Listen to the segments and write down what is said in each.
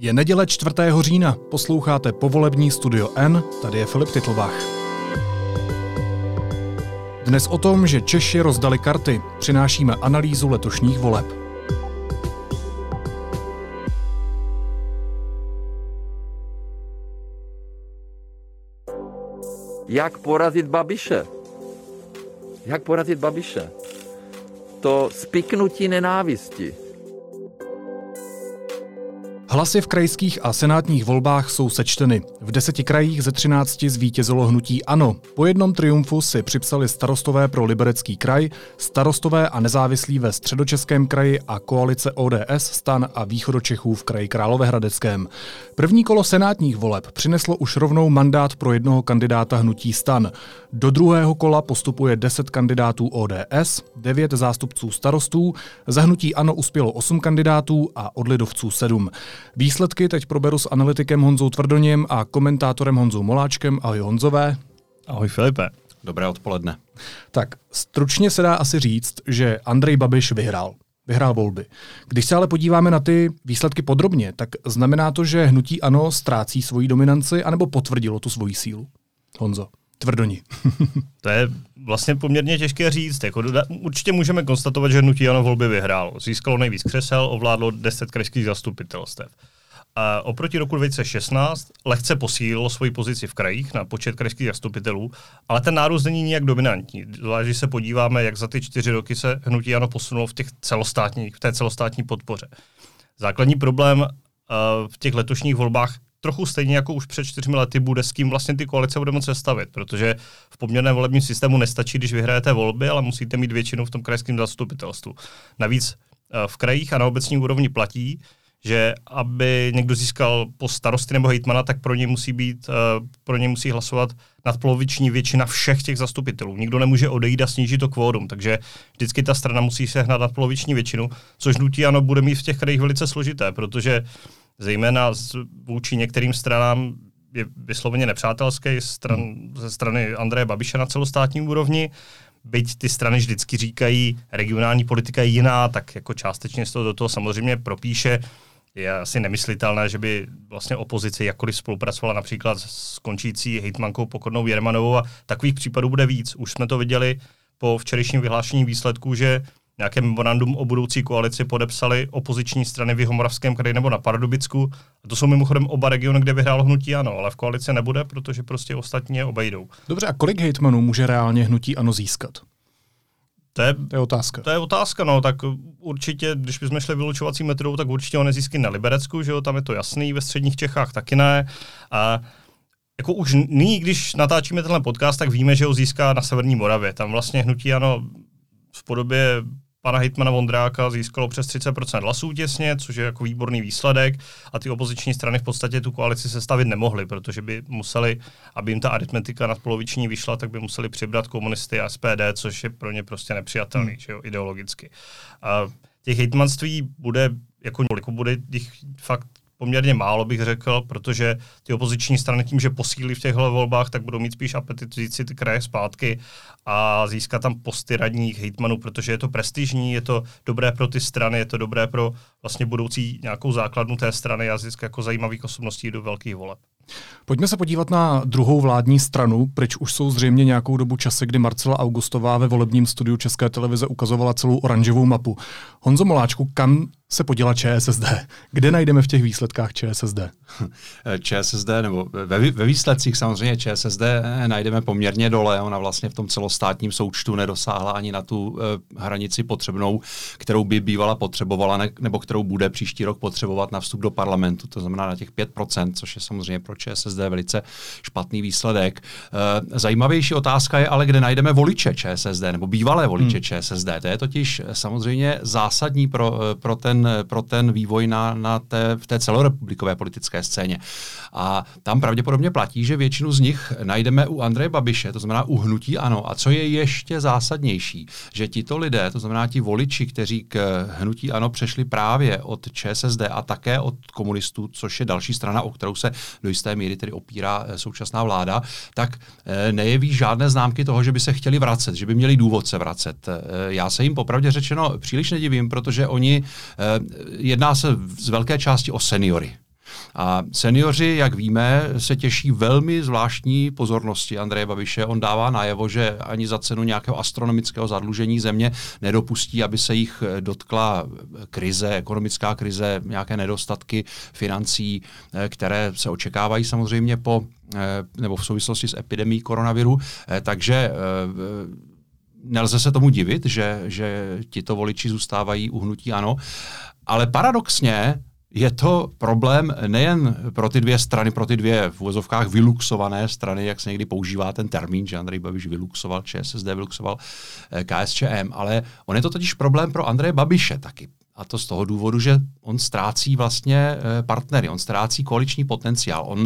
Je neděle 4. října, posloucháte povolební Studio N, tady je Filip Titlbach. Dnes o tom, že Češi rozdali karty, přinášíme analýzu letošních voleb. Jak porazit Babiše? Jak porazit Babiše? To spiknutí nenávisti. Hlasy v krajských a senátních volbách jsou sečteny. V 10 krajích ze 13 zvítězilo hnutí ANO. Po jednom triumfu si připsali starostové pro Liberecký kraj, starostové a nezávislí ve Středočeském kraji a koalice ODS, STAN a Východočechů v kraji Královéhradeckém. První kolo senátních voleb přineslo už rovnou mandát pro jednoho kandidáta hnutí STAN. Do druhého kola postupuje 10 kandidátů ODS, 9 zástupců starostů, za hnutí ANO uspělo 8 kandidátů a od lidovců 7. Výsledky teď proberu s analytikem Honzou Tvrdoněm a komentátorem Honzou Moláčkem. Ahoj Honzové. Ahoj Filipe. Dobré odpoledne. Tak stručně se dá asi říct, že Andrej Babiš vyhrál volby. Když se ale podíváme na ty výsledky podrobně, tak znamená to, že hnutí ANO ztrácí svoji dominanci anebo potvrdilo tu svoji sílu? Honzo Tvrdoni. To je vlastně poměrně těžké říct. Určitě můžeme konstatovat, že hnutí ANO volby vyhrálo. Získalo nejvíc křesel, ovládlo 10 krajských zastupitelstev. A oproti roku 2016 lehce posílilo svoji pozici v krajích na počet krajských zastupitelů, ale ten nárůst není nijak dominantní. Zvlášť, když se podíváme, jak za ty 4 roky se hnutí ANO posunulo v té celostátní podpoře. Základní problém v těch letošních volbách trochu stejně jako už před 4 lety bude, s kým vlastně ty koalice bude moct sestavit, protože v poměrném volebním systému nestačí, když vyhrajete volby, ale musíte mít většinu v tom krajském zastupitelstvu. Navíc v krajích a na obecní úrovni platí, že aby někdo získal post starosty nebo hejtmana, tak pro něj musí hlasovat nadpoloviční většina všech těch zastupitelů. Nikdo nemůže odejít a snížit to kvórum, takže vždycky ta strana musí sehnat nadpoloviční většinu, což hnutí ANO bude mít v těch krajích velice složité, protože zejména vůči některým stranám je vysloveně nepřátelský ze strany Andreje Babiše na celostátní úrovni. Byť ty strany vždycky říkají, regionální politika je jiná, tak jako částečně se to do toho samozřejmě propíše. Je asi nemyslitelné, že by vlastně opozice jakkoliv spolupracovala například s končící hejtmankou Pokornou Jermanovou a takových případů bude víc. Už jsme to viděli po včerejším vyhlášení výsledků, že nějaké memorandum o budoucí koalici podepsali opoziční strany v Jihomoravském kraji nebo na Pardubicku. A to jsou mimochodem oba regiony, kde vyhrálo hnutí ANO, ale v koalici nebude, protože prostě ostatní je obejdou. Dobře, a kolik hejtmanů může reálně hnutí ANO získat? To je otázka. To je otázka, no, tak určitě, když bychom šli vylučovací metodou, tak určitě ho nezísky na Liberecku, že jo, tam je to jasný, ve středních Čechách taky ne. A jako už nyní, když natáčíme tenhle podcast, tak víme, že ho získá na Severní Moravě. Tam vlastně hnutí ANO v podobě pana hejtmana Vondráka získalo přes 30% hlasů těsně, což je jako výborný výsledek a ty opoziční strany v podstatě tu koalici sestavit nemohly, protože by museli, aby jim ta aritmetika nadpoloviční vyšla, tak by museli přibrat komunisty a SPD, což je pro ně prostě nepřijatelný, že jo, ideologicky. A těch hejtmanství bude jich fakt poměrně málo, bych řekl, protože ty opoziční strany tím, že posílí v těchto volbách, tak budou mít spíš apetit vzít si ty kraje zpátky a získat tam posty radních hejtmanů, protože je to prestižní, je to dobré pro ty strany, je to dobré pro vlastně budoucí nějakou základnu té strany a získat jako zajímavých osobností do velkých voleb. Pojďme se podívat na druhou vládní stranu, pryč už jsou zřejmě nějakou dobu časy, kdy Marcela Augustová ve volebním studiu České televize ukazovala celou oranžovou mapu. Honzo Moláčku, kam se poděla ČSSD? Kde najdeme v těch výsledkách ČSSD? ČSSD, nebo ve výsledcích samozřejmě ČSSD najdeme poměrně dole. Ona vlastně v tom celostátním součtu nedosáhla ani na tu hranici potřebnou, kterou by bývala potřebovala, nebo kterou bude příští rok potřebovat na vstup do parlamentu. To znamená na těch 5%, což je samozřejmě pro ČSSD velice špatný výsledek. Zajímavější otázka je ale, kde najdeme voliče ČSSD, nebo bývalé voliče ČSSD. To je totiž samozřejmě zásadní pro ten vývoj v té celorepublikové politické scéně. A tam pravděpodobně platí, že většinu z nich najdeme u Andreje Babiše, to znamená u hnutí ANO. A co je ještě zásadnější, že tito lidé, to znamená ti voliči, kteří k hnutí ANO přešli právě od ČSSD a také od komunistů, což je další strana, o kterou se do jisté míry tedy opírá současná vláda, tak nejeví žádné známky toho, že by se chtěli vracet, že by měli důvod se vracet. Já se jim popravdě řečeno příliš nedivím, protože jedná se z velké části o seniory. A seniori, jak víme, se těší velmi zvláštní pozornosti Andreje Babiše. On dává najevo, že ani za cenu nějakého astronomického zadlužení země nedopustí, aby se jich dotkla krize, ekonomická krize, nějaké nedostatky financí, které se očekávají samozřejmě nebo v souvislosti s epidemií koronaviru. Takže nelze se tomu divit, že tito voliči zůstávají u hnutí ANO, ale paradoxně je to problém nejen pro ty dvě strany, pro ty dvě v uvozovkách vyluxované strany, jak se někdy používá ten termín, že Andrej Babiš vyluxoval ČSSD, vyluxoval KSČM, ale on je to totiž problém pro Andreje Babiše taky. A to z toho důvodu, že on ztrácí vlastně partnery, on ztrácí koaliční potenciál. On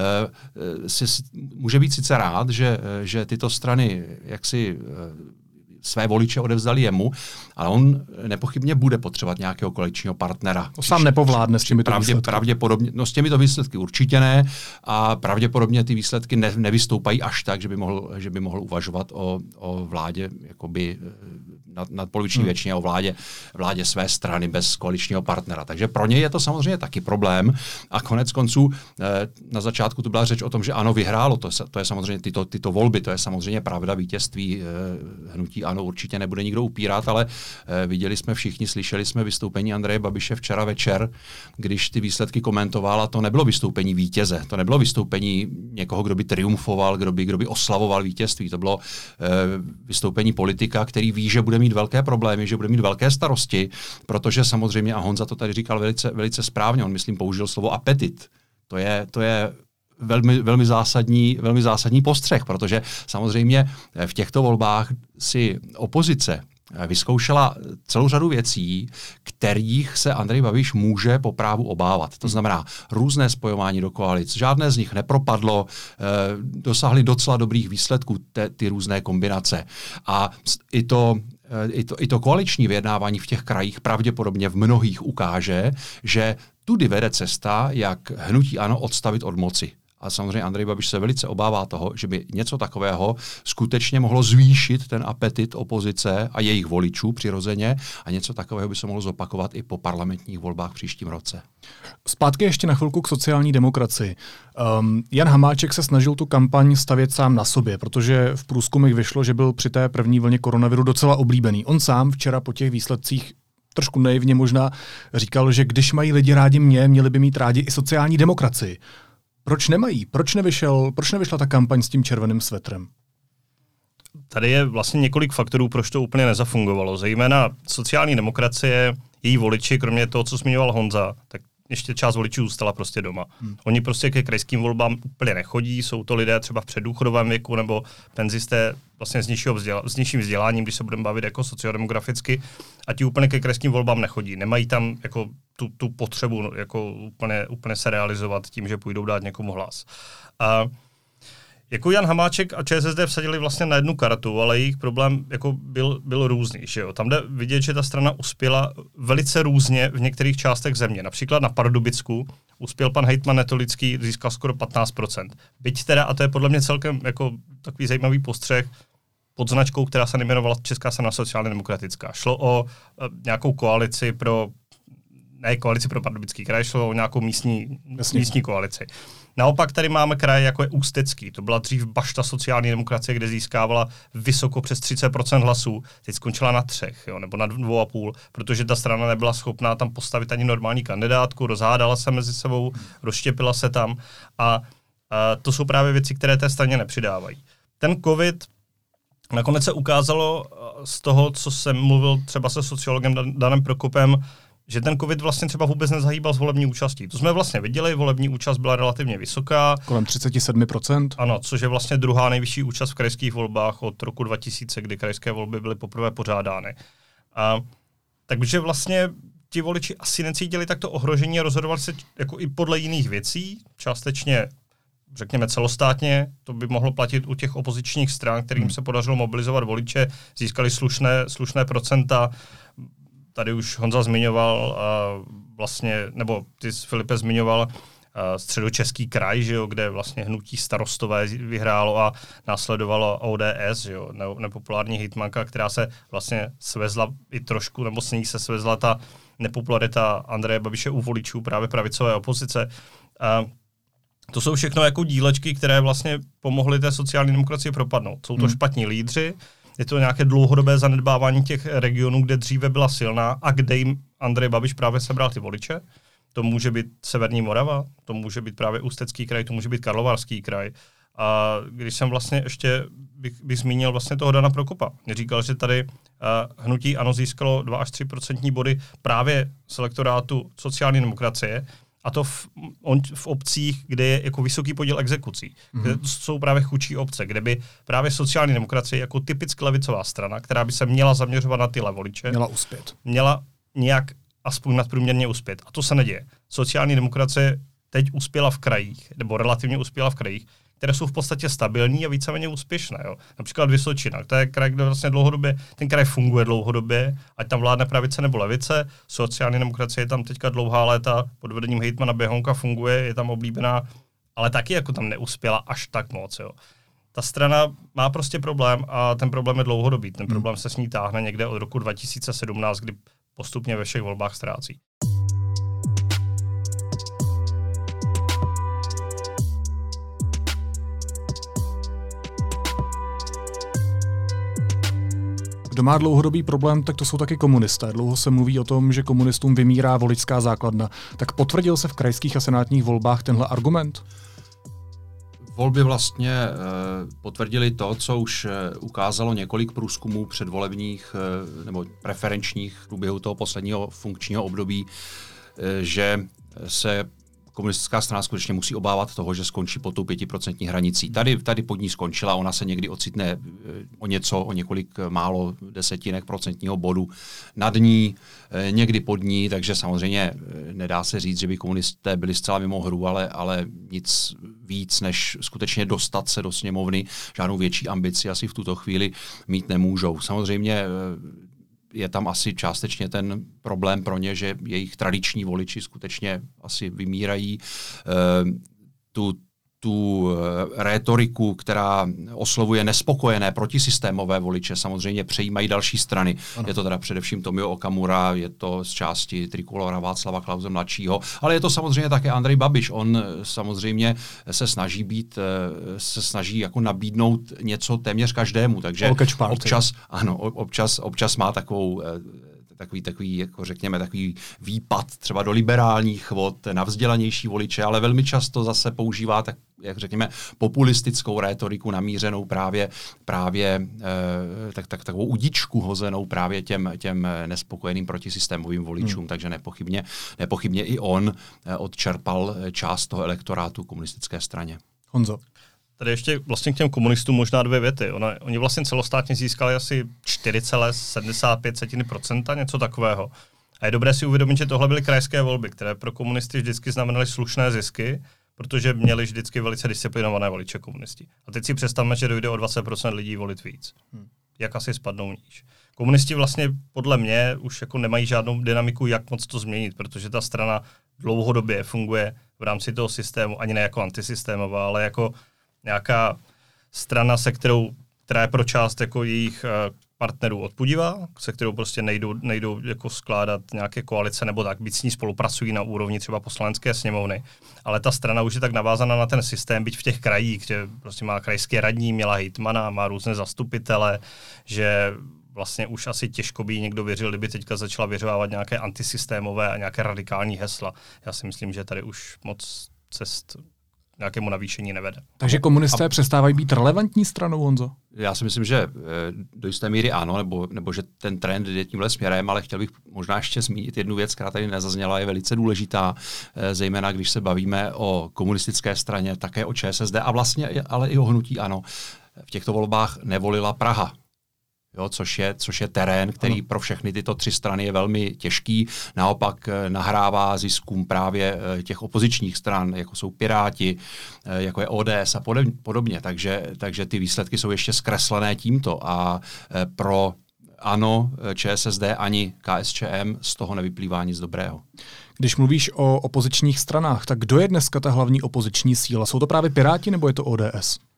může být sice rád, že tyto strany jaksi své voliče odevzdali jemu, ale on nepochybně bude potřebovat nějakého koaličního partnera. To sám nepovládne s těmito výsledky. Pravděpodobně, s těmito výsledky určitě ne a pravděpodobně ty výsledky nevystoupají až tak, že by mohl uvažovat o vládě jakoby nadpoloviční většině, o vládě své strany bez koaličního partnera. Takže pro něj je to samozřejmě taky problém a konec konců na začátku tu byla řeč o tom, že ANO vyhrálo. To je samozřejmě tyto volby, to je samozřejmě pravda, vítězství hnutí ANO určitě nebude nikdo upírat, ale viděli jsme všichni, slyšeli jsme vystoupení Andreje Babiše včera večer, když ty výsledky komentoval, a to nebylo vystoupení vítěze, to nebylo vystoupení někoho, kdo by triumfoval, kdo by oslavoval vítězství, to bylo vystoupení politika, který ví, že bude mít velké problémy, že bude mít velké starosti, protože samozřejmě, a Honza to tady říkal velice, velice správně, on myslím použil slovo apetit. To je velmi zásadní postřeh, protože samozřejmě v těchto volbách si opozice vyzkoušela celou řadu věcí, kterých se Andrej Babiš může po právu obávat. To znamená různé spojování do koalic. Žádné z nich nepropadlo, dosáhly docela dobrých výsledků ty různé kombinace. A i to koaliční vyjednávání v těch krajích pravděpodobně v mnohých ukáže, že tudy vede cesta, jak hnutí ANO odstavit od moci. A samozřejmě Andrej Babiš se velice obává toho, že by něco takového skutečně mohlo zvýšit ten apetit opozice a jejich voličů přirozeně a něco takového by se mohlo zopakovat i po parlamentních volbách v příštím roce. Zpátky ještě na chvilku k sociální demokracii. Jan Hamáček se snažil tu kampaň stavět sám na sobě, protože v průzkumech vyšlo, že byl při té první vlně koronaviru docela oblíbený. On sám včera po těch výsledcích trošku naivně možná říkal, že když mají lidi rádi mě, měli by mít rádi i sociální demokracii. Proč nemají? Proč nevyšla ta kampaň s tím červeným svetrem? Tady je vlastně několik faktorů, proč to úplně nezafungovalo. Zejména sociální demokracie, její voliči, kromě toho, co zmiňoval Honza, tak ještě část voličů zůstala prostě doma. Oni prostě ke krajským volbám úplně nechodí, jsou to lidé třeba v předdůchodovém věku nebo penzisté vlastně s nižším vzděláním, když se budeme bavit jako sociodemograficky, a ti úplně ke krajským volbám nechodí. Nemají tam jako tu potřebu jako úplně se realizovat tím, že půjdou dát někomu hlas. A jako Jan Hamáček a ČSSD vsadili vlastně na jednu kartu, ale jejich problém jako byl různý. Že jo? Tam jde vidět, že ta strana uspěla velice různě v některých částech země. Například na Pardubicku uspěl pan hejtman Netolický, získal skoro 15%. Byť teda, a to je podle mě celkem jako takový zajímavý postřeh, pod značkou, která se nejmenovala Česká strana sociálně demokratická. Šlo o nějakou koalici koalici pro Pardubický kraj, šlo o nějakou místní koalici. Naopak tady máme kraje, jako je Ústecký. To byla dřív bašta sociální demokracie, kde získávala vysoko přes 30% hlasů. Teď skončila na 3, nebo na 2,5, protože ta strana nebyla schopná tam postavit ani normální kandidátku, rozhádala se mezi sebou, rozštěpila se tam a to jsou právě věci, které té straně nepřidávají. Ten covid nakonec se ukázalo z toho, co jsem mluvil třeba se sociologem Danem Prokopem, že ten covid vlastně třeba vůbec nezahýbal s volební účastí. To jsme vlastně viděli, volební účast byla relativně vysoká. Kolem 37%. Ano, což je vlastně druhá nejvyšší účast v krajských volbách od roku 2000, kdy krajské volby byly poprvé pořádány. Takže vlastně ti voliči asi necítili takto ohrožení a rozhodovali se jako i podle jiných věcí, částečně řekněme celostátně, to by mohlo platit u těch opozičních stran, kterým se podařilo mobilizovat voliče, získali slušné procenta. Tady už Honza zmiňoval nebo ty Filipe zmiňoval Středočeský kraj, že jo, kde vlastně hnutí Starostové vyhrálo a následovalo ODS, že jo, nepopulární hejtmanka, která se vlastně svezla i trošku, nebo s ní se svezla ta nepopularita Andreje Babiše u voličů právě pravicové opozice. A to jsou všechno jako dílečky, které vlastně pomohly té sociální demokracii propadnout. Jsou to špatní lídři, je to nějaké dlouhodobé zanedbávání těch regionů, kde dříve byla silná a kde jim Andrej Babiš právě sebral ty voliče. To může být Severní Morava, to může být právě Ústecký kraj, to může být Karlovarský kraj. A když jsem vlastně ještě bych zmínil vlastně toho Dana Prokopa. Říkal, že tady hnutí ANO získalo 2 až 3% body právě z elektorátu sociální demokracie, a to v obcích, kde je jako vysoký podíl exekucí. Kde jsou právě chudší obce, kde by právě sociální demokracie jako typicky levicová strana, která by se měla zaměřovat na tyhle voliče, měla nějak aspoň nadprůměrně uspět. A to se neděje. Sociální demokracie teď uspěla v krajích, nebo relativně uspěla v krajích, které jsou v podstatě stabilní a víceméně úspěšné. Jo. Například Vysočina, to je kraj, kde vlastně dlouhodobě, ten kraj funguje dlouhodobě, ať tam vládne pravice nebo levice. Sociální demokracie je tam teďka dlouhá léta pod vedením hejtmana Běhounka funguje, je tam oblíbená, ale taky jako tam neuspěla až tak moc. Jo. Ta strana má prostě problém a ten problém je dlouhodobý. Ten problém se s ní táhne někde od roku 2017, kdy postupně ve všech volbách ztrácí. Kdo má dlouhodobý problém, tak to jsou taky komunisté. Dlouho se mluví o tom, že komunistům vymírá voličská základna. Tak potvrdil se v krajských a senátních volbách tenhle argument? Volby vlastně potvrdili to, co už ukázalo několik průzkumů předvolebních nebo preferenčních v průběhu toho posledního funkčního období, že se komunistická strana skutečně musí obávat toho, že skončí pod tou 5% hranicí. Tady pod ní skončila, ona se někdy ocitne o několik málo desetinek procentního bodu nad ní, někdy pod ní, takže samozřejmě nedá se říct, že by komunisté byli zcela mimo hru, ale nic víc, než skutečně dostat se do sněmovny, žádnou větší ambici asi v tuto chvíli mít nemůžou. Samozřejmě je tam asi částečně ten problém pro ně, že jejich tradiční voliči skutečně asi vymírají. Tu rétoriku, která oslovuje nespokojené protisystémové voliče, samozřejmě přejímají další strany. Ano. Je to teda především Tomio Okamura, je to z části Trikolora Václava Klause mladšího, ale je to samozřejmě také Andrej Babiš. On samozřejmě se snaží jako nabídnout něco téměř každému, takže občas má takový, jako řekněme, takový výpad třeba do liberálních vod, na vzdělanější voliče, ale velmi často zase používá tak, jak řekněme, populistickou rétoriku namířenou právě takovou udičku hozenou právě těm nespokojeným protisystémovým voličům, takže nepochybně i on odčerpal část toho elektorátu komunistické straně. Honzo. Tady ještě vlastně k těm komunistům možná 2 věty. Oni vlastně celostátně získali asi 4,75%, něco takového. A je dobré si uvědomit, že tohle byly krajské volby, které pro komunisty vždycky znamenaly slušné zisky, protože měli vždycky velice disciplinované voliče komunisti. A teď si představme, že dojde o 20% lidí volit víc. Jak asi spadnou níž. Komunisti vlastně podle mě už jako nemají žádnou dynamiku, jak moc to změnit, protože ta strana dlouhodobě funguje v rámci toho systému, ani ne jako antisystémová, ale jako nějaká strana, která je pro část jako jejich partnerů odpudivá, se kterou prostě nejdou jako skládat nějaké koalice nebo tak, byť s ní spolupracují na úrovni třeba poslanecké sněmovny. Ale ta strana už je tak navázaná na ten systém, byť v těch krajích, kde prostě má krajské radní, měla hejtmana, má různé zastupitele, že vlastně už asi těžko by někdo věřil, kdyby teďka začala vyřvávat nějaké antisystémové a nějaké radikální hesla. Já si myslím, že tady už moc cest nějakému navýšení nevede. Takže komunisté přestávají být relevantní stranou, Honzo? Já si myslím, že do jisté míry ano, nebo že ten trend jde tímhle směrem, ale chtěl bych možná ještě zmínit jednu věc, která tady nezazněla, je velice důležitá, zejména když se bavíme o komunistické straně, také o ČSSD a vlastně ale i o hnutí ANO. V těchto volbách nevolila Praha. Jo, což je terén, který pro všechny tyto 3 strany je velmi těžký. Naopak nahrává ziskům právě těch opozičních stran, jako jsou Piráti, jako je ODS a podobně. Takže ty výsledky jsou ještě zkreslené tímto a pro ANO, ČSSD ani KSČM z toho nevyplývá nic dobrého. Když mluvíš o opozičních stranách, tak kdo je dneska ta hlavní opoziční síla? Jsou to právě Piráti nebo je to ODS?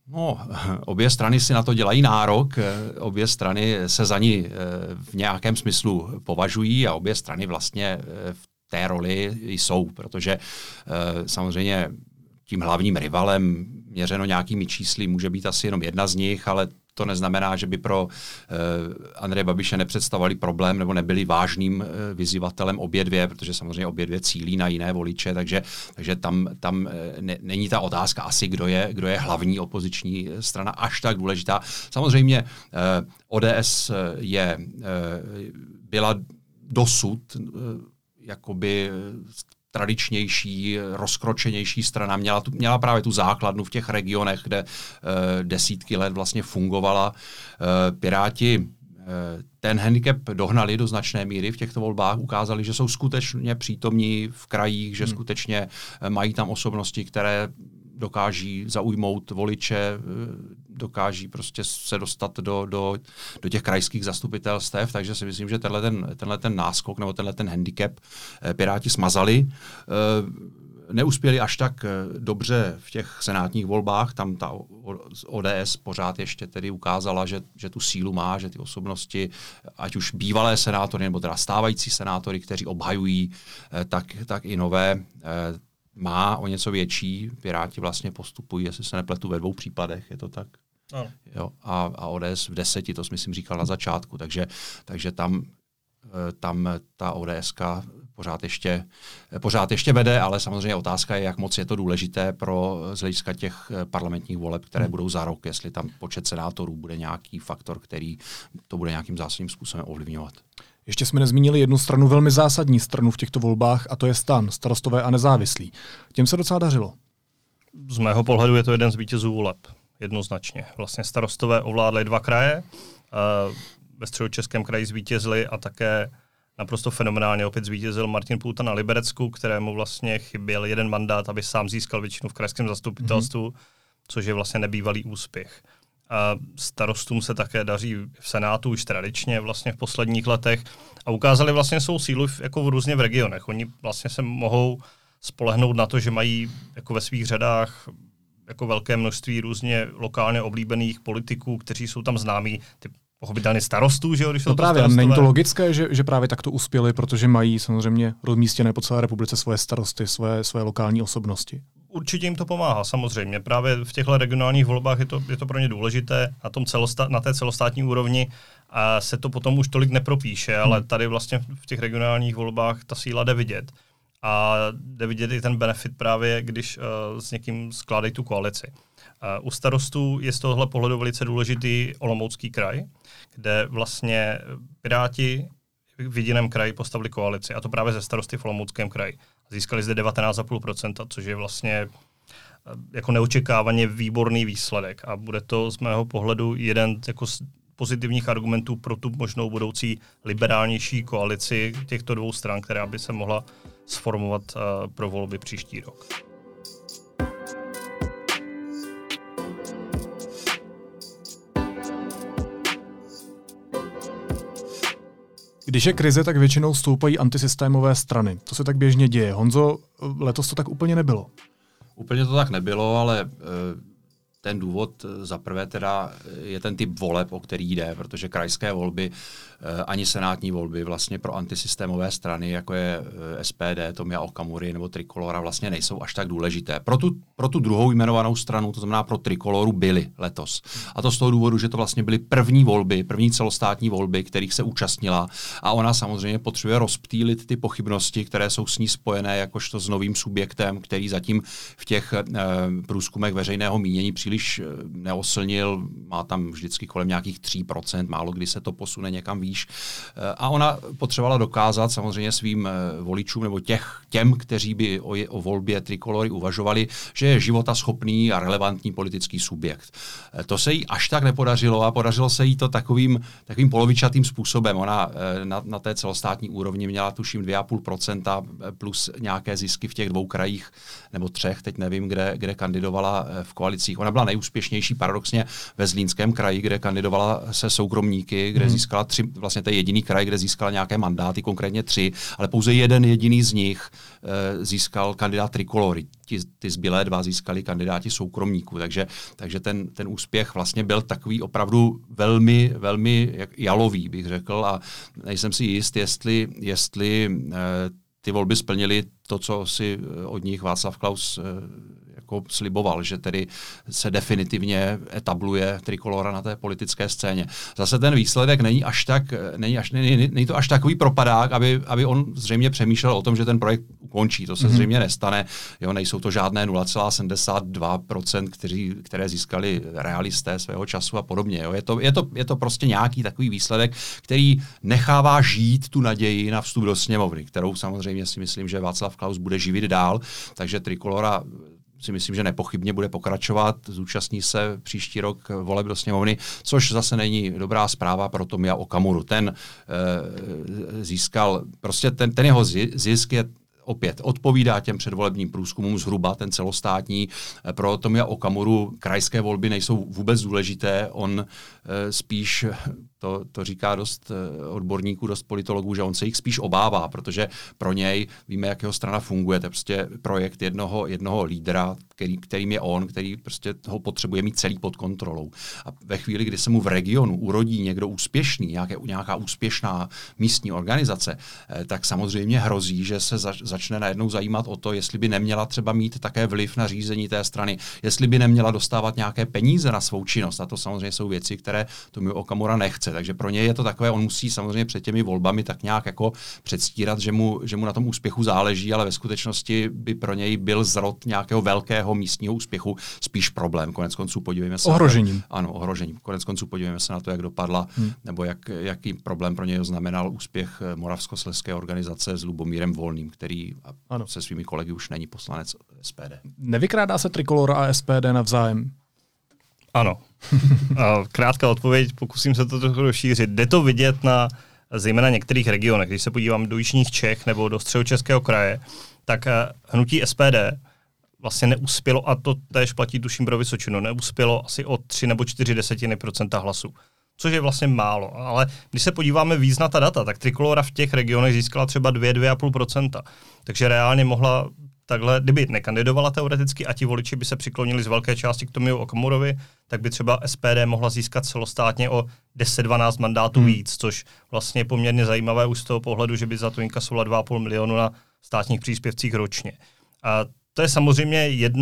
No, obě strany si na to dělají nárok, obě strany se za ní v nějakém smyslu považují a obě strany vlastně v té roli jsou, protože samozřejmě tím hlavním rivalem měřeno nějakými čísly může být asi jenom jedna z nich, ale to neznamená, že by pro Andreje Babiše nepředstavovali problém nebo nebyli vážným vyzývatelem obě dvě, protože samozřejmě obě dvě cílí na jiné voliče, takže tam není ta otázka asi, kdo je hlavní opoziční strana až tak důležitá. Samozřejmě ODS byla dosud jakoby tradičnější, rozkročenější strana, měla právě tu základnu v těch regionech, kde desítky let vlastně fungovala. Piráti ten handicap dohnali do značné míry v těchto volbách, ukázali, že jsou skutečně přítomní v krajích, že skutečně mají tam osobnosti, které dokáží zaujmout voliče, dokáží prostě se dostat do těch krajských zastupitelstev, takže si myslím, že tenhle ten náskok nebo tenhle ten handicap Piráti smazali. Neuspěli až tak dobře v těch senátních volbách, tam ta ODS pořád ještě tedy ukázala, že tu sílu má, že ty osobnosti, ať už bývalé senátory nebo teda stávající senátory, kteří obhajují, tak i nové, má o něco větší. Piráti vlastně postupují, jestli se nepletu, ve 2 případech, je to tak? Ano. Jo, a ODS v 10, to myslím říkal na začátku, takže tam ta ODSka pořád ještě vede, ale samozřejmě otázka je, jak moc je to důležité z hlediska těch parlamentních voleb, které budou za rok, jestli tam počet senátorů bude nějaký faktor, který to bude nějakým zásadním způsobem ovlivňovat. Ještě jsme nezmínili jednu stranu, velmi zásadní stranu v těchto volbách, a to je STAN, Starostové a nezávislí. Těm se docela dařilo. Z mého pohledu je to jeden z vítězů voleb. Jednoznačně. Vlastně Starostové ovládli 2 kraje, ve Středočeském kraji zvítězili a také naprosto fenomenálně opět zvítězil Martin Půta na Liberecku, kterému vlastně chyběl 1 mandát, aby sám získal většinu v krajském zastupitelstvu, což je vlastně nebývalý úspěch. A starostům se také daří v Senátu už tradičně vlastně v posledních letech a ukázali vlastně svou sílu jako různě v regionech. Oni vlastně se mohou spolehnout na to, že mají jako ve svých řadách jako velké množství různě lokálně oblíbených politiků, kteří jsou tam známí, ty pochopitelně starostů, že jo, když jsou to právě, starostové. není to logické, že právě takto uspěli, protože mají samozřejmě rozmístěné po celé republice svoje starosty, svoje lokální osobnosti. Určitě jim to pomáhá, samozřejmě. Právě v těchto regionálních volbách je to pro ně důležité na té celostátní úrovni a se to potom už tolik nepropíše, ale tady vlastně v těch regionálních volbách ta síla jde vidět. A jde vidět i ten benefit právě, když s někým skládají tu koalici. U starostů je z tohohle pohledu velice důležitý Olomoucký kraj, kde vlastně Piráti v jediném kraji postavili koalici, a to právě ze starosty v Olomouckém kraji. Získali zde 19,5%, což je vlastně jako neočekávaně výborný výsledek. A bude to z mého pohledu jeden jako z pozitivních argumentů pro tu možnou budoucí liberálnější koalici těchto 2 stran, která by se mohla sformovat pro volby příští rok. Když je krize, tak většinou stoupají antisystémové strany. To se tak běžně děje. Honzo, letos to tak úplně nebylo. Úplně to tak nebylo, ale ten důvod za prvé teda je ten typ voleb, o který jde, protože krajské volby ani senátní volby vlastně pro antisystémové strany, jako je SPD, Tomia Okamury nebo Trikolora, vlastně nejsou až tak důležité. Pro tu druhou jmenovanou stranu, to znamená pro Trikoloru, byly letos. A to z toho důvodu, že to vlastně byly první celostátní volby, kterých se účastnila, a ona samozřejmě potřebuje rozptýlit ty pochybnosti, které jsou s ní spojené jakožto s novým subjektem, který zatím v těch průzkumech veřejného mínění příliš neoslnil, má tam vždycky kolem nějakých 3%, málo kdy se to posune někam výš. A ona potřebovala dokázat samozřejmě svým voličům nebo těm, kteří by o volbě Trikolory uvažovali, že je životaschopný a relevantní politický subjekt. To se jí až tak nepodařilo a podařilo se jí to takovým polovičatým způsobem. Ona na té celostátní úrovni měla tuším 2,5% plus nějaké zisky v těch 2 krajích nebo 3, teď nevím, kde kandidovala v koalicích. Ona byla nejúspěšnější paradoxně ve Zlínském kraji, kde kandidovala se soukromníky, kde získala vlastně to je jediný kraj, kde získal nějaké mandáty, konkrétně 3, ale pouze jeden jediný z nich získal kandidát Trikolory. Ty zbylé 2 získali kandidáti soukromníků, takže ten úspěch vlastně byl takový opravdu velmi, velmi jalový, bych řekl, a nejsem si jist, jestli ty volby splnily to, co si od nich Václav Klaus jako sliboval, že tedy se definitivně etabluje Trikolora na té politické scéně. Zase ten výsledek není to až takový propadák, aby on zřejmě přemýšlel o tom, že ten projekt ukončí. To se zřejmě nestane. Jo, nejsou to žádné 0,72%, které získali realisté svého času a podobně. Jo. Je to prostě nějaký takový výsledek, který nechává žít tu naději na vstup do sněmovny, kterou samozřejmě si myslím, že Václav Klaus bude živit dál, takže Trikolora si myslím, že nepochybně bude pokračovat, zúčastní se příští rok voleb do sněmovny, což zase není dobrá zpráva pro Tomia Okamuru. Ten získal, prostě ten jeho zisk je opět odpovídá těm předvolebním průzkumům zhruba, ten celostátní. Pro Tomia Okamuru krajské volby nejsou vůbec důležité, on spíš, to říká dost odborníků, dost politologů, že on se jich spíš obává, protože pro něj, víme, jak jeho strana funguje, to je prostě projekt jednoho lídra, kterým je on, který prostě ho potřebuje mít celý pod kontrolou. A ve chvíli, kdy se mu v regionu urodí někdo úspěšný, nějaká úspěšná místní organizace, tak samozřejmě hrozí, že se začne najednou zajímat o to, jestli by neměla třeba mít také vliv na řízení té strany, jestli by neměla dostávat nějaké peníze na svou činnost. A to samozřejmě jsou věci, které Tomio Okamura nechce. Takže pro něj je to takové, on musí samozřejmě před těmi volbami tak nějak jako předstírat, že mu na tom úspěchu záleží, ale ve skutečnosti by pro něj byl zrod nějakého velkého místního úspěchu spíš problém. Koneckonců podívejme se ohrožením. Ano, ohrožením. Koneckonců podívejme se na to, jak dopadla, nebo jaký problém pro něj znamenal úspěch Moravskoslezské organizace s Lubomírem Volným, který se svými kolegy už není poslanec SPD. Nevykrádá se Trikolora a SPD navzájem? Ano. Krátká odpověď, pokusím se to trochu rozšířit. Jde to vidět na zejména některých regionech. Když se podívám do jižních Čech nebo do Středočeského kraje, tak hnutí SPD vlastně neuspělo, a to též platí tuším pro Vysočinu, neuspělo asi o 3 nebo 4% hlasů. Což je vlastně málo. Ale když se podíváme víc na ta data, tak Trikolora v těch regionech získala třeba 2,5%. Takže reálně mohla takhle, kdyby nekandidovala teoreticky a ti voliči by se přiklonili z velké části k Tomiu Okamurovi, tak by třeba SPD mohla získat celostátně o 10-12 mandátů víc, což vlastně je poměrně zajímavé už z toho pohledu, že by za to inkasovala 2,5 milionu na státních příspěvcích ročně. A to je samozřejmě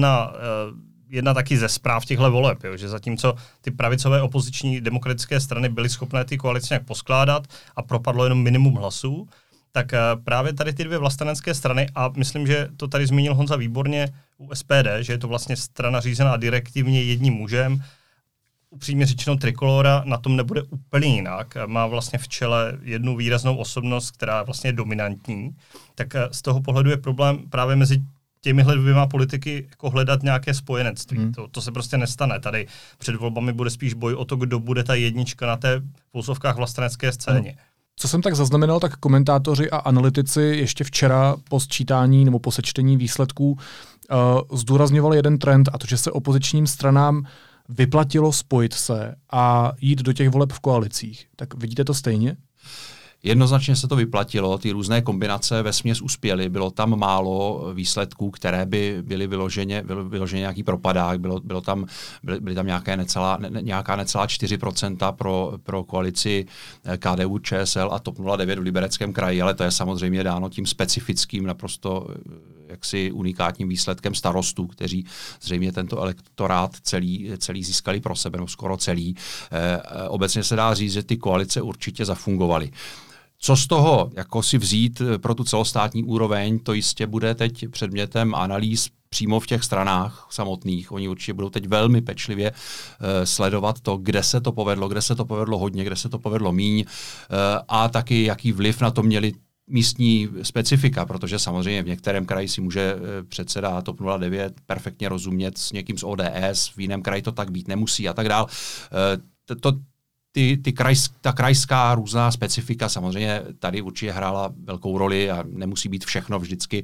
jedna taky ze zpráv těchto voleb, jo, že zatímco ty pravicové opoziční demokratické strany byly schopné ty koalice nějak poskládat a propadlo jenom minimum hlasů, tak právě tady ty 2 vlastenecké strany, a myslím, že to tady zmínil Honza výborně u SPD, že je to vlastně strana řízená direktivně jedním mužem, upřímně řečeno Trikolora na tom nebude úplně jinak, má vlastně v čele jednu výraznou osobnost, která vlastně je dominantní, tak z toho pohledu je problém právě mezi těmihle 2 politiky jako hledat nějaké spojenectví. To se prostě nestane. Tady před volbami bude spíš boj o to, kdo bude ta jednička na té v pousovkách vlastenecké scéně. Co jsem tak zaznamenal, tak komentátoři a analytici ještě včera po sčítání nebo po sečtení výsledků zdůrazňovali jeden trend, a to, že se opozičním stranám vyplatilo spojit se a jít do těch voleb v koalicích. Tak vidíte to stejně? Jednoznačně se to vyplatilo, ty různé kombinace vesměs uspěly, bylo tam málo výsledků, které by byly vyloženě nějaký propadák, byly tam nějaká necelá 4% pro koalici KDU, ČSL a TOP 09 v Libereckém kraji, ale to je samozřejmě dáno tím specifickým, naprosto jaksi unikátním výsledkem starostů, kteří zřejmě tento elektorát celý získali pro sebe, no skoro celý. Obecně se dá říct, že ty koalice určitě zafungovaly. Co z toho jako si vzít pro tu celostátní úroveň, to jistě bude teď předmětem analýz přímo v těch stranách samotných. Oni určitě budou teď velmi pečlivě sledovat to, kde se to povedlo hodně, kde se to povedlo míň a taky jaký vliv na to měli místní specifika, protože samozřejmě v některém kraji si může předseda TOP 09 perfektně rozumět s někým z ODS, v jiném kraji to tak být nemusí a tak dál. ta krajská různá specifika samozřejmě tady určitě hrála velkou roli a nemusí být všechno vždycky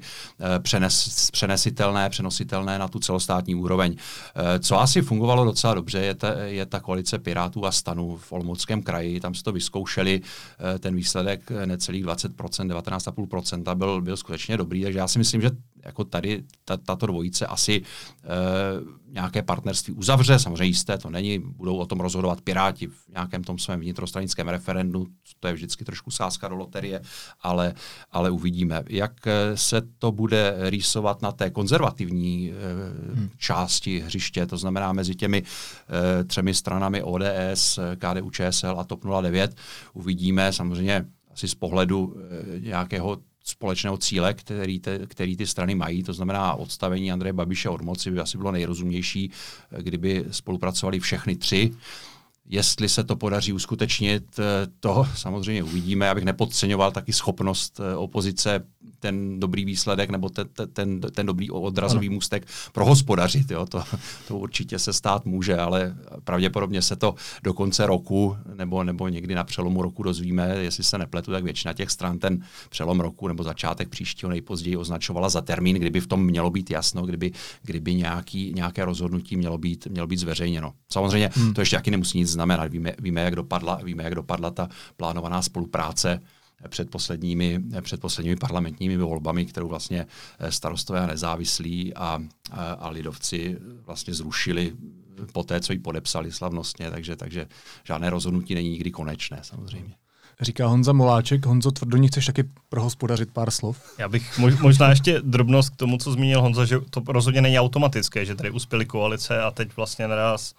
přenositelné na tu celostátní úroveň. Co asi fungovalo docela dobře, je ta koalice Pirátů a STANu v Olomouckém kraji. Tam se to vyzkoušeli, ten výsledek necelých 20%, 19,5% byl skutečně dobrý, takže já si myslím, že jako tady tato dvojice asi nějaké partnerství uzavře, samozřejmě jisté to není, budou o tom rozhodovat Piráti v nějakém tom svém vnitrostranickém referendu, to je vždycky trošku sázka do loterie, ale uvidíme. Jak se to bude rýsovat na té konzervativní části hřiště, to znamená mezi těmi třemi stranami ODS, KDU-ČSL a TOP 09, uvidíme samozřejmě asi z pohledu nějakého společného cíle, který ty strany mají, to znamená odstavení Andreje Babiše od moci by asi bylo nejrozumnější, kdyby spolupracovali všechny tři. Jestli se to podaří uskutečnit, to samozřejmě uvidíme. Já bych nepodceňoval taky schopnost opozice ten dobrý výsledek nebo ten dobrý odrazový můstek prohospodařit. Jo? To určitě se stát může, ale pravděpodobně se to do konce roku nebo někdy na přelomu roku dozvíme. Jestli se nepletu, tak většina těch stran ten přelom roku nebo začátek příštího nejpozději označovala za termín, kdyby v tom mělo být jasno, kdyby nějaké rozhodnutí mělo být zveřejněno. Samozřejmě to ještě taky nemusí nic znamenat. Víme, jak dopadla ta plánovaná spolupráce před posledními parlamentními volbami, kterou vlastně Starostové a nezávislí a lidovci vlastně zrušili po té, co ji podepsali slavnostně, takže žádné rozhodnutí není nikdy konečné samozřejmě. Říká Honza Moláček. Honzo, do ní chceš taky prohospodařit pár slov? Já bych možná ještě drobnost k tomu, co zmínil Honza, že to rozhodně není automatické, že tady uspěly koalice a teď vlastně naraz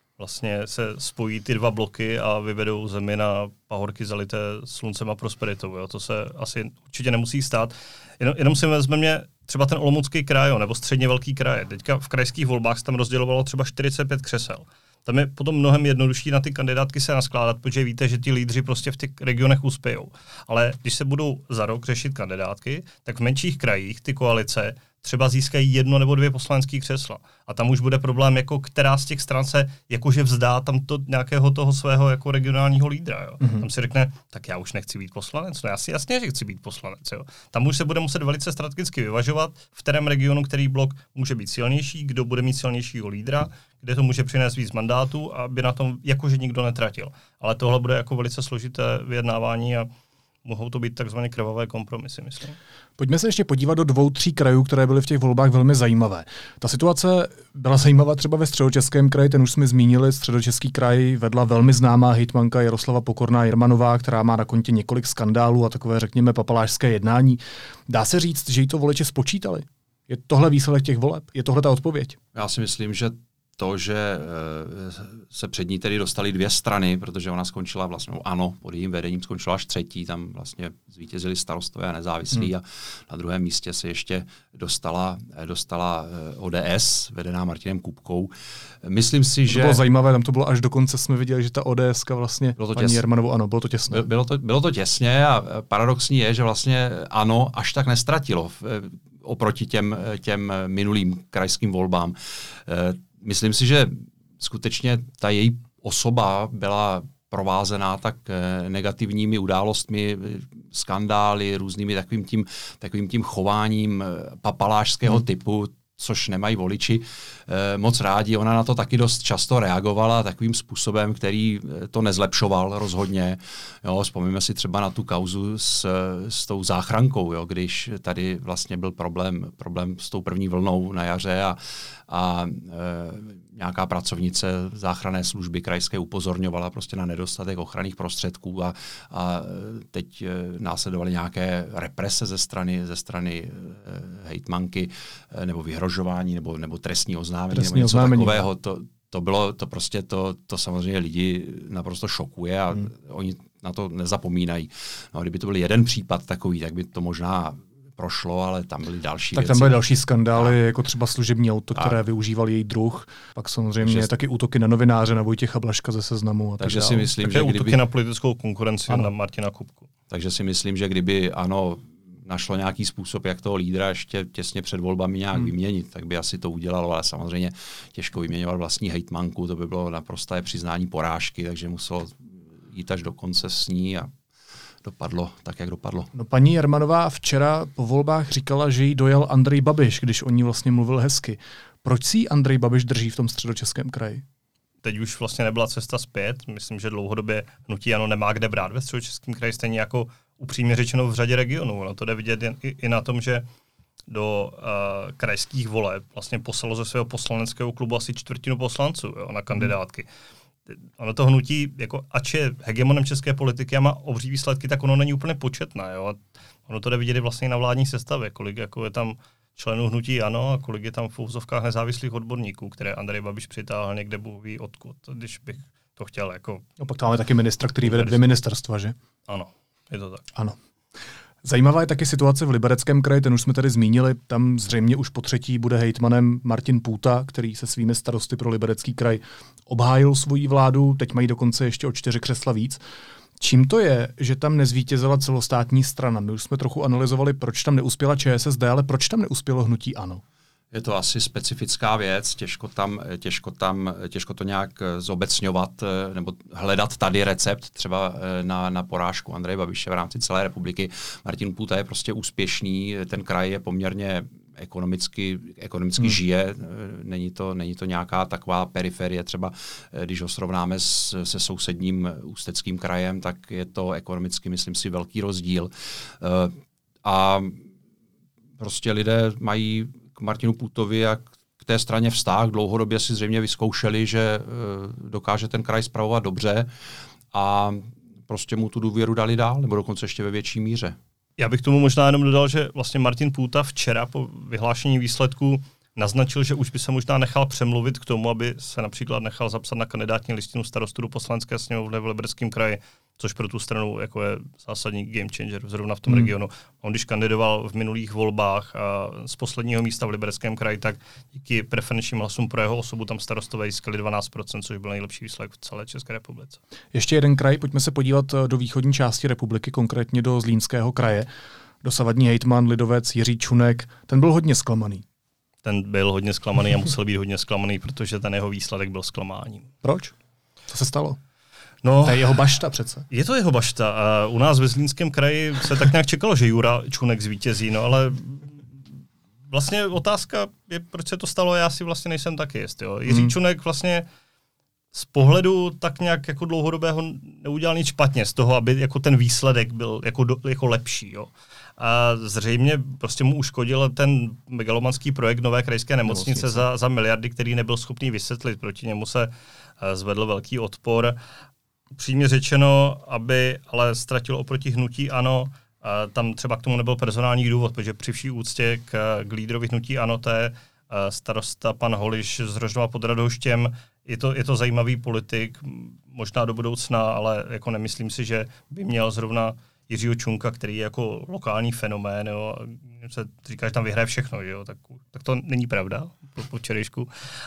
se spojí ty dva bloky a vyvedou zemi na pahorky zalité sluncem a prosperitou. Jo? To se asi určitě nemusí stát. Jenom si vezmeme třeba ten Olomoucký kraj, nebo středně velký kraj. Teďka v krajských volbách se tam rozdělovalo třeba 45 křesel. Tam je potom mnohem jednodušší na ty kandidátky se naskládat, protože víte, že ti lídři prostě v těch regionech uspějou. Ale když se budou za rok řešit kandidátky, tak v menších krajích ty koalice třeba získají 1 nebo 2 poslanecké křesla. A tam už bude problém, jako která z těch stran se jakože vzdá tam nějakého toho svého jako regionálního lídra. Jo. Tam si řekne, tak já už nechci být poslanec. No jasně, že chci být poslanec. Jo. Tam už se bude muset velice strategicky vyvažovat, v kterém regionu, který blok může být silnější, kdo bude mít silnějšího lídra, kde to může přinést víc mandátů, aby na tom jakože nikdo netratil. Ale tohle bude jako velice složité vyjednávání a mohou to být takzvané krvavé kompromisy, myslím. Pojďme se ještě podívat do 2-3 krajů, které byly v těch volbách velmi zajímavé. Ta situace byla zajímavá třeba ve Středočeském kraji, ten už jsme zmínili. Středočeský kraj vedla velmi známá hejtmanka Jaroslava Pokorná Jermanová, která má na kontě několik skandálů a takové, řekněme, papalášské jednání. Dá se říct, že jí to voliči spočítali? Je tohle výsledek těch voleb? Je tohle ta odpověď? Já si myslím, že to, že se před ní tedy dostali 2 strany, protože ona skončila vlastně, ano, pod jejím vedením skončila až 3., tam vlastně zvítězili Starostové a nezávislí a na druhém místě se ještě dostala ODS, vedená Martinem Kupkou. Myslím si, že... To bylo zajímavé, tam to bylo až do konce, jsme viděli, že ta ODSka vlastně, paní Jermanovou, ano, bylo to těsné. Bylo to těsně a paradoxní je, že vlastně ANO až tak nestratilo oproti těm minulým krajským volbám. Myslím si, že skutečně ta její osoba byla provázená tak negativními událostmi, skandály, různými takovým tím chováním papalášského typu, což nemají voliči moc rádi. Ona na to taky dost často reagovala takovým způsobem, který to nezlepšoval rozhodně. Jo, vzpomeňme si třeba na tu kauzu s tou záchrankou, jo, když tady vlastně byl problém s tou první vlnou na jaře a nějaká pracovnice záchranné služby krajské upozorňovala prostě na nedostatek ochranných prostředků a teď následovaly nějaké represe ze strany hejtmanky nebo vyhrožování nebo trestní oznámení nebo něco takového. To samozřejmě lidi naprosto šokuje a oni na to nezapomínají. No, kdyby to byl jeden případ takový, tak by to možná prošlo, ale tam byly další věci. Tak tam byly další skandály, jako třeba služební auto, které využíval její druh. Pak samozřejmě taky útoky na novináře, na Vojtěcha Blažka ze Seznamu. Takže si myslím, že útoky na politickou konkurenci, na Martina Kupku. Takže si myslím, že kdyby ANO našlo nějaký způsob, jak toho lídra ještě těsně před volbami nějak vyměnit, tak by asi to udělalo, ale samozřejmě těžko vyměňovat vlastní hejtmanku, to by bylo naprosté přiznání porážky, takže muselo jít až do konce s ní a dopadlo tak, jak dopadlo. No, paní Jermanová včera po volbách říkala, že jí dojel Andrej Babiš, když o ní vlastně mluvil hezky. Proč si Andrej Babiš drží v tom Středočeském kraji? Teď už vlastně nebyla cesta zpět. Myslím, že dlouhodobě hnutí ANO nemá kde brát ve Středočeském kraji, stejně jako upřímně řečeno v řadě regionů. No to jde vidět i na tom, že do krajských voleb vlastně poslalo ze svého poslaneckého klubu asi 1/4 poslanců, jo, na kandidátky. Ono to hnutí, jako, ač je hegemonem české politiky a má obří výsledky, tak ono není úplně početné. Jo. Ono to jde vidět vlastně na vládní sestavě, kolik jako je tam členů hnutí ANO a kolik je tam v úvozovkách nezávislých odborníků, které Andrej Babiš přitáhl někde Bůh ví odkud, když bych to chtěl jako... No pak tam máme taky ministra, který vede 2 ministerstva, že? Ano, je to tak. Ano. Zajímavá je taky situace v Libereckém kraji, ten už jsme tady zmínili, tam zřejmě už po třetí bude hejtmanem Martin Půta, který se svými starosty pro Liberecký kraj obhájil svoji vládu, teď mají dokonce ještě o 4 křesla víc. Čím to je, že tam nezvítězila celostátní strana? My už jsme trochu analyzovali, proč tam neuspěla ČSSD, ale proč tam neuspělo hnutí ANO? Je to asi specifická věc, těžko to nějak zobecňovat nebo hledat tady recept třeba na porážku Andreje Babiše v rámci celé republiky. Martin Půta je prostě úspěšný, ten kraj je poměrně ekonomicky žije, není to nějaká taková periferie, třeba když ho srovnáme se sousedním Ústeckým krajem, tak je to ekonomicky, myslím si, velký rozdíl. A prostě lidé mají k Martinu Půtovi a k té straně vztah. Dlouhodobě si zřejmě vyzkoušeli, že dokáže ten kraj spravovat dobře a prostě mu tu důvěru dali dál, nebo dokonce ještě ve větší míře. Já bych tomu možná jenom dodal, že vlastně Martin Půta včera po vyhlášení výsledků naznačil, že už by se možná nechal přemluvit k tomu, aby se například nechal zapsat na kandidátní listinu starostu do Poslanecké sněmovny v Libereckém kraji, což pro tu stranu jako je zásadní game changer zrovna v tom regionu. On když kandidoval v minulých volbách z posledního místa v Libereckém kraji, tak díky preferenčním hlasům pro jeho osobu tam starostové získali 12%, což byl nejlepší výsledek v celé České republice. Ještě jeden kraj, pojďme se podívat do východní části republiky, konkrétně do Zlínského kraje. Dosavadní hejtman lidovec Jiří Čunek, ten byl hodně zklamaný. Ten byl hodně zklamaný a musel být hodně zklamaný, protože ten jeho výsledek byl zklamáním. Proč? Co se stalo? No, to je jeho bašta přece. Je to jeho bašta. A u nás ve Zlínském kraji se tak nějak čekalo, že Jura Čunek zvítězí, no ale vlastně otázka je, proč se to stalo, já si vlastně nejsem taky jist. Jo. Jiří Čunek vlastně z pohledu tak nějak jako dlouhodobého neudělal nic špatně z toho, aby jako ten výsledek byl jako lepší. Jo. A zřejmě prostě mu uškodil ten megalomanský projekt nové krajské nemocnice za miliardy, který nebyl schopný vysvětlit. Proti němu se zvedl velký odpor. Přímě řečeno, aby ale ztratil oproti hnutí ANO, tam třeba k tomu nebyl personální důvod, protože při vší úctě k lídrovi hnutí ANO, to je starosta pan Holiš z Rožnova pod Radhoštěm. Je to zajímavý politik, možná do budoucna, ale jako nemyslím si, že by měl zrovna Jiřího Čunka, který je jako lokální fenomén, jo, se říká, že tam vyhraje všechno, jo, tak to není pravda po včerejšku.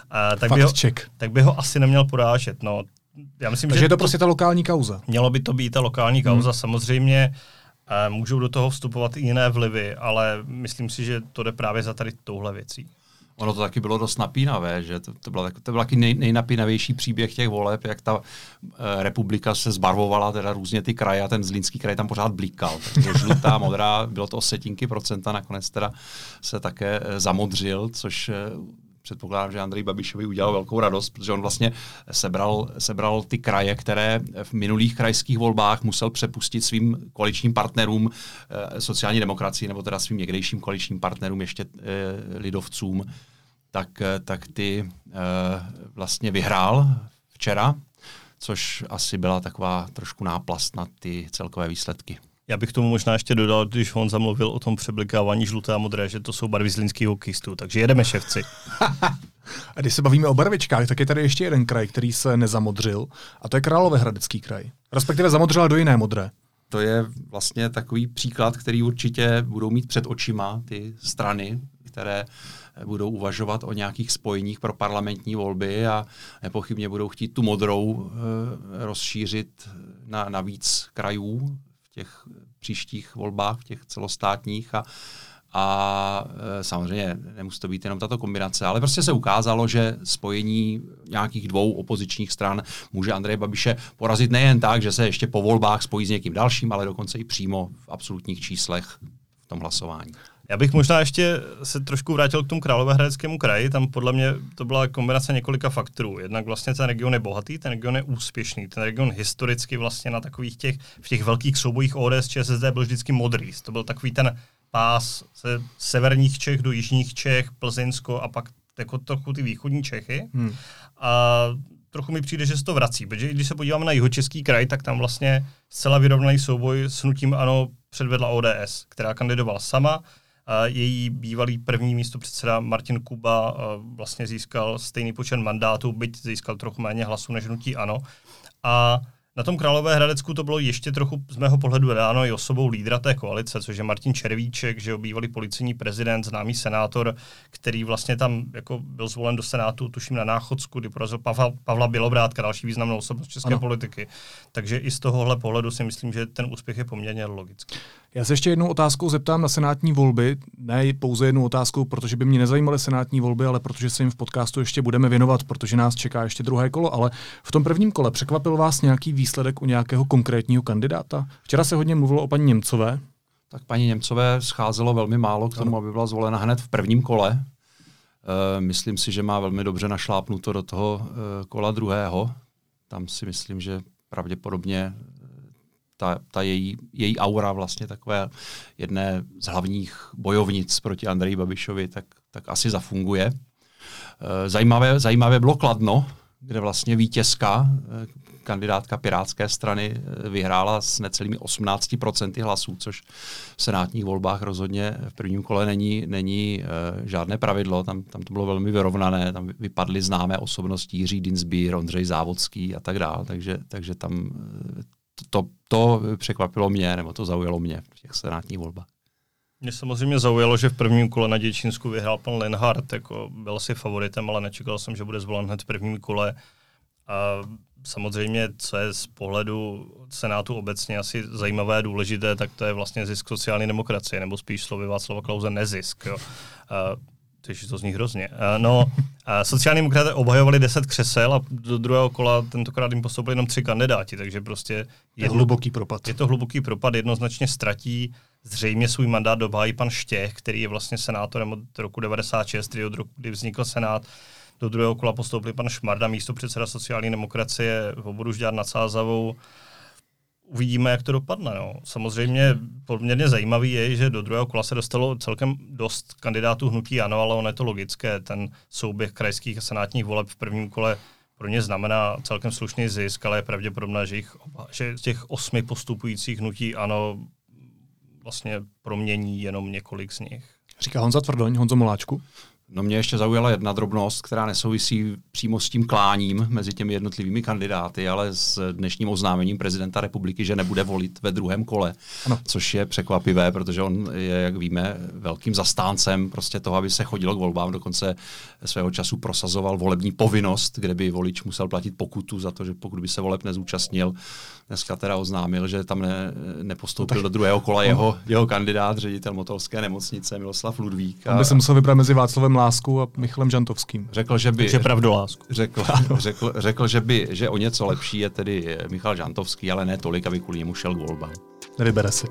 Tak by ho asi neměl porážet. No. Já myslím, takže je to prostě ta lokální kauza. Mělo by to být ta lokální kauza. Samozřejmě můžou do toho vstupovat i jiné vlivy, ale myslím si, že to jde právě za tady touhle věcí. Ono to taky bylo dost napínavé, že to byl taky nejnapínavější příběh těch voleb, jak ta republika se zbarvovala, teda různě ty kraje a ten Zlínský kraj tam pořád blíkal. Takže žlutá, modrá, bylo to o setinky procenta, nakonec teda se také zamodřil, což předpokládám, že Andrej Babišovi udělal velkou radost, protože on vlastně sebral ty kraje, které v minulých krajských volbách musel přepustit svým koaličním partnerům sociální demokracii, nebo teda svým někdejším koaličním partnerům, ještě lidovcům, tak ty vlastně vyhrál včera, což asi byla taková trošku náplast na ty celkové výsledky. Já bych tomu možná ještě dodal, když on zamluvil o tom přeblikávání žluté a modré, že to jsou barvy zlínských hokejistů, takže jedeme, ševci. A když se bavíme o barvičkách, tak je tady ještě jeden kraj, který se nezamodřil, a to je Královéhradecký kraj. Respektive zamodřila do jiné modré. To je vlastně takový příklad, který určitě budou mít před očima ty strany, které budou uvažovat o nějakých spojeních pro parlamentní volby a nepochybně budou chtít tu modrou rozšířit na víc krajů v těch příštích volbách, v těch celostátních A samozřejmě nemusí to být jenom tato kombinace, ale prostě se ukázalo, že spojení nějakých dvou opozičních stran může Andreje Babiše porazit nejen tak, že se ještě po volbách spojí s někým dalším, ale dokonce i přímo v absolutních číslech v tom hlasování. Já bych možná ještě se trošku vrátil k tomu Královéhradeckému kraji. Tam podle mě to byla kombinace několika faktorů. Jednak vlastně ten region je bohatý, ten region je úspěšný. Ten region historicky vlastně na takových v těch velkých soubojích ODS ČSSD byl vždycky modrý. To byl takový ten pás ze severních Čech do jižních Čech, Plzeňsko a pak jako trochu ty východní Čechy. A trochu mi přijde, že se to vrací, protože když se podíváme na Jihočeský kraj, tak tam vlastně zcela vyrovnaný souboj s hnutím ANO předvedla ODS, která kandidovala sama. Její bývalý první místopředseda Martin Kuba vlastně získal stejný počet mandátů, byť získal trochu méně hlasů než hnutí ANO. A na tom Královéhradecku to bylo ještě trochu z mého pohledu dáno i osobou lídra té koalice, což je Martin Červíček, že jo, bývalý policejní prezident, známý senátor, který vlastně tam jako byl zvolen do Senátu, tuším na Náchodsku, kdy porazil Pavla Bělobrádka, další významnou osobnost české politiky. Takže i z tohohle pohledu si myslím, že ten úspěch je poměrně logický. Já se ještě jednou otázkou zeptám na senátní volby, ne pouze jednou otázkou, protože by mě nezajímaly senátní volby, ale protože se jim v podcastu ještě budeme věnovat, protože nás čeká ještě druhé kolo, ale v tom prvním kole překvapil vás nějaký výsledek u nějakého konkrétního kandidáta? Včera se hodně mluvilo o paní Němcové. Tak paní Němcové scházelo velmi málo k tomu, aby byla zvolena hned v prvním kole. Myslím si, že má velmi dobře našlápnuto do toho kola druhého. Tam si myslím, že pravděpodobně ta její aura vlastně takové jedné z hlavních bojovnic proti Andreji Babišovi, tak asi zafunguje. Zajímavé bylo Kladno, kde vlastně vítězka, kandidátka Pirátské strany, vyhrála s necelými 18% hlasů, což v senátních volbách rozhodně v prvním kole není žádné pravidlo. Tam to bylo velmi vyrovnané, tam vypadly známé osobnosti Jiří Dienstbier, Ondřej Závodský a tak dále, takže tam to překvapilo mě, nebo to zaujalo mě v těch senátních volbách. Mě samozřejmě zaujalo, že v prvním kole na Děčínsku vyhrál pan Lenhardt, jako byl si favoritem, ale nečekal jsem, že bude zvolen hned v prvním kole. A samozřejmě, co je z pohledu Senátu obecně asi zajímavé a důležité, tak to je vlastně zisk sociální demokracie, nebo spíš slovy Václava Klause nezisk. Jo. Takže to zní hrozně. Sociální demokraté obhajovali 10 křesel a do druhého kola tentokrát jim postoupili jenom 3 kandidáti, takže prostě je hluboký propad. Je to hluboký propad, jednoznačně ztratí zřejmě svůj mandát obhájí pan Štěch, který je vlastně senátorem od roku 96, kdy vznikl Senát. Do druhého kola postoupil pan Šmarda, místopředseda sociální demokracie v obvodu Žďár nad Sázavou. Uvidíme, jak to dopadne. No. Samozřejmě poměrně zajímavý je, že do druhého kola se dostalo celkem dost kandidátů hnutí ANO, ale ono je to logické. Ten souběh krajských a senátních voleb v prvním kole pro ně znamená celkem slušný zisk, ale je pravděpodobné, že z těch 8 postupujících hnutí ANO vlastně promění jenom několik z nich. Říká Honza Tvrdoň, Honzo Moláčku. No mě ještě zaujala jedna drobnost, která nesouvisí přímo s tím kláním mezi těmi jednotlivými kandidáty, ale s dnešním oznámením prezidenta republiky, že nebude volit ve druhém kole, což je překvapivé, protože on je, jak víme, velkým zastáncem prostě toho, aby se chodilo k volbám, dokonce svého času prosazoval volební povinnost, kde by volič musel platit pokutu za to, že pokud by se voleb nezúčastnil. Dneska teda oznámil, že tam nepostoupil do druhého kola jeho kandidát, ředitel Motolské nemocnice Miloslav Ludvík. On by se musel vybrat mezi Václavem Láskou a Michalem Žantovským. Řekl, že by... Takže pravdolásku. Řekl, že o něco lepší je tedy Michal Žantovský, ale ne tolik, aby kvůli němu šel k volbám. Nevybere si.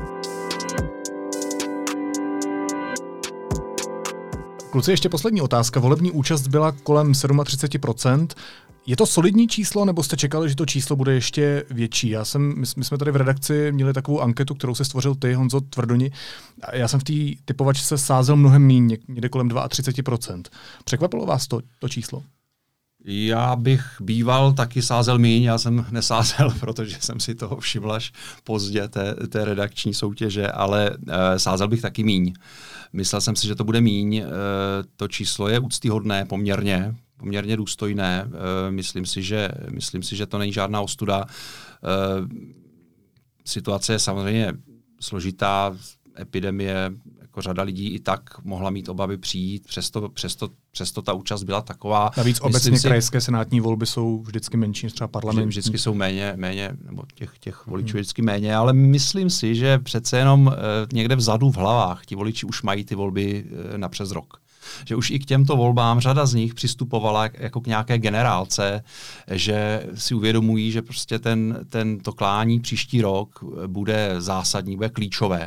Kluci, ještě poslední otázka. Volební účast byla kolem 37%. Je to solidní číslo, nebo jste čekali, že to číslo bude ještě větší? My jsme tady v redakci měli takovou anketu, kterou se stvořil ty, Honzo Tvrdoni. Já jsem v té typovačce sázel mnohem míň, někde kolem 32%. Překvapilo vás to číslo? Já bych býval taky sázel míň, já jsem nesázel, protože jsem si toho všiml až pozdě té redakční soutěže, ale sázel bych taky míň. Myslel jsem si, že to bude míň. To číslo je úctyhodné poměrně důstojné. Myslím si, že to není žádná ostuda. Situace je samozřejmě složitá. epidemie, jako řada lidí i tak mohla mít obavy přijít, přesto ta účast byla taková. Navíc obecně krajské senátní volby jsou vždycky menší než třeba parlamentní. Vždycky jsou méně, nebo těch voličů je vždycky méně, ale myslím si, že přece jenom někde vzadu v hlavách ti voliči už mají ty volby na přes rok. Že už i k těmto volbám řada z nich přistupovala jako k nějaké generálce, že si uvědomují, že prostě to klání příští rok bude zásadní, bude klíčové.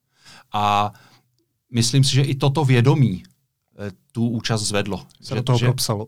A myslím si, že i toto vědomí tu účast zvedlo. Se do toho propsalo.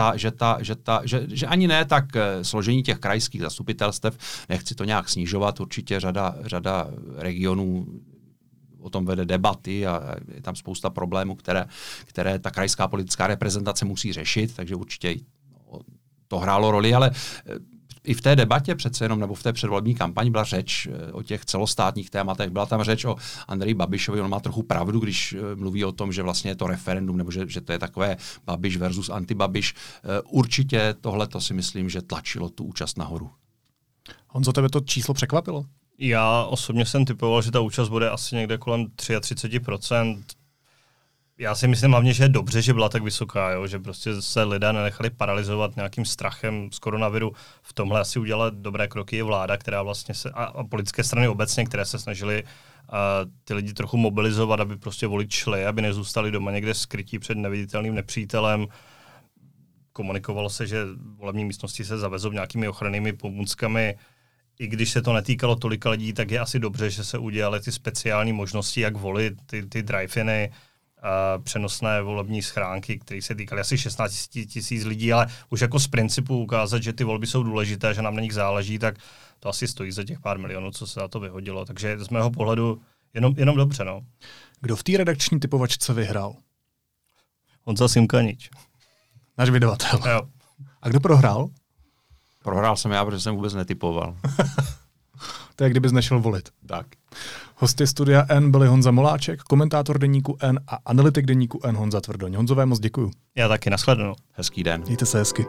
Že ani ne tak složení těch krajských zastupitelstev, nechci to nějak snižovat, určitě řada regionů o tom vede debaty a je tam spousta problémů, které ta krajská politická reprezentace musí řešit, takže určitě to hrálo roli, ale i v té debatě přece jenom, nebo v té předvolební kampani byla řeč o těch celostátních tématech. Byla tam řeč o Andreji Babišovi, on má trochu pravdu, když mluví o tom, že vlastně je to referendum, nebo že to je takové Babiš versus anti-Babiš. Určitě tohleto si myslím, že tlačilo tu účast nahoru. Honzo, tebe to číslo překvapilo? Já osobně jsem typoval, že ta účast bude asi někde kolem 33%. Já si myslím hlavně, že je dobře, že byla tak vysoká, jo? Že prostě se lidé nenechali paralyzovat nějakým strachem z koronaviru. V tomhle asi udělala dobré kroky i vláda, která vlastně a politické strany obecně, které se snažily ty lidi trochu mobilizovat, aby prostě volit šli, aby nezůstali doma někde skrytí před neviditelným nepřítelem. Komunikovalo se, že volební místnosti se zavezou nějakými ochrannými pomůckami. I když se to netýkalo tolika lidí, tak je asi dobře, že se udělaly ty speciální možnosti, jak volit, ty drive-iny, přenosné volební schránky, které se týkaly asi 16 000 lidí, ale už jako z principu ukázat, že ty volby jsou důležité, že nám na nich záleží, tak to asi stojí za těch pár milionů, co se za to vyhodilo. Takže z mého pohledu jenom dobře. No. Kdo v té redakční typovačce vyhrál? Honza Simkanič. Náš vydavatel. Jo. A kdo prohrál? Prohrál jsem já, protože jsem vůbec netypoval. To je, kdybys nešel volit. Tak. Hosty Studia N byli Honza Moláček, komentátor deníku N a analytik deníku N Honza Tvrdoň. Honzové, moc děkuju. Já taky, nashledanou. Hezký den. Mějte se hezky.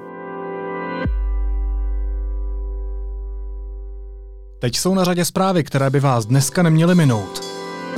Teď jsou na řadě zprávy, které by vás dneska neměly minout.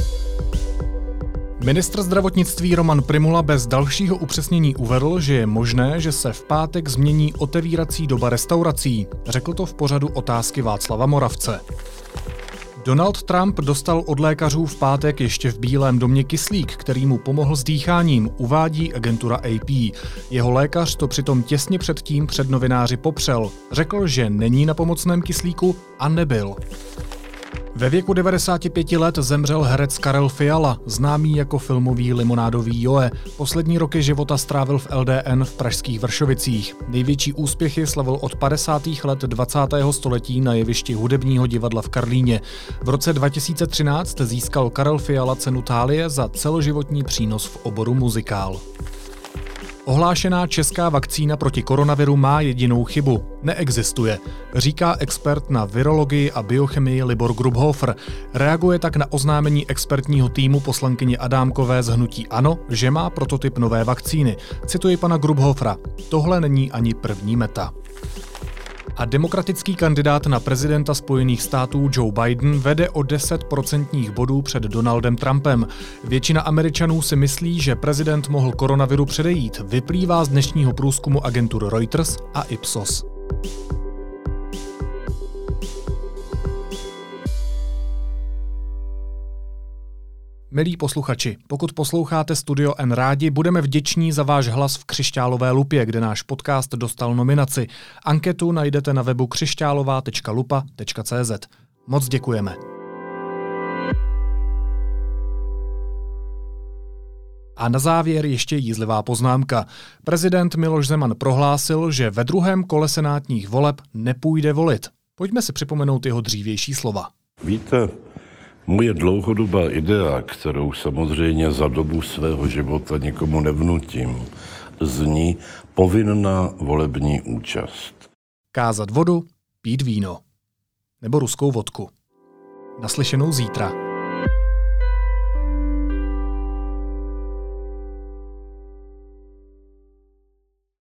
Ministr zdravotnictví Roman Prymula bez dalšího upřesnění uvedl, že je možné, že se v pátek změní otevírací doba restaurací. Řekl to v pořadu Otázky Václava Moravce. Donald Trump dostal od lékařů v pátek ještě v Bílém domě kyslík, který mu pomohl s dýcháním, uvádí agentura AP. Jeho lékař to přitom těsně předtím před novináři popřel. Řekl, že není na pomocném kyslíku a nebyl. Ve věku 95 let zemřel herec Karel Fiala, známý jako filmový limonádový Joe. Poslední roky života strávil v LDN v pražských Vršovicích. Největší úspěchy slavil od 50. let 20. století na jevišti Hudebního divadla v Karlíně. V roce 2013 získal Karel Fiala cenu Thálie za celoživotní přínos v oboru muzikál. Ohlášená česká vakcína proti koronaviru má jedinou chybu. Neexistuje, říká expert na virologii a biochemii Libor Grubhofer. Reaguje tak na oznámení expertního týmu poslankyně Adámkové z hnutí ANO, že má prototyp nové vakcíny. Cituji pana Grubhofera. Tohle není ani první meta. A demokratický kandidát na prezidenta Spojených států Joe Biden vede o 10% bodů před Donaldem Trumpem. Většina Američanů si myslí, že prezident mohl koronaviru předejít, vyplývá z dnešního průzkumu agentur Reuters a Ipsos. Milí posluchači, pokud posloucháte Studio N rádi, budeme vděční za váš hlas v Křišťálové lupě, kde náš podcast dostal nominaci. Anketu najdete na webu křišťálová.lupa.cz. Moc děkujeme. A na závěr ještě jízlivá poznámka. Prezident Miloš Zeman prohlásil, že ve druhém kole senátních voleb nepůjde volit. Pojďme si připomenout jeho dřívější slova. Víte, moje dlouhodobá idea, kterou samozřejmě za dobu svého života nikomu nevnutím, zní povinná volební účast. Kázat vodu, pít víno. Nebo ruskou vodku. Naslyšenou zítra.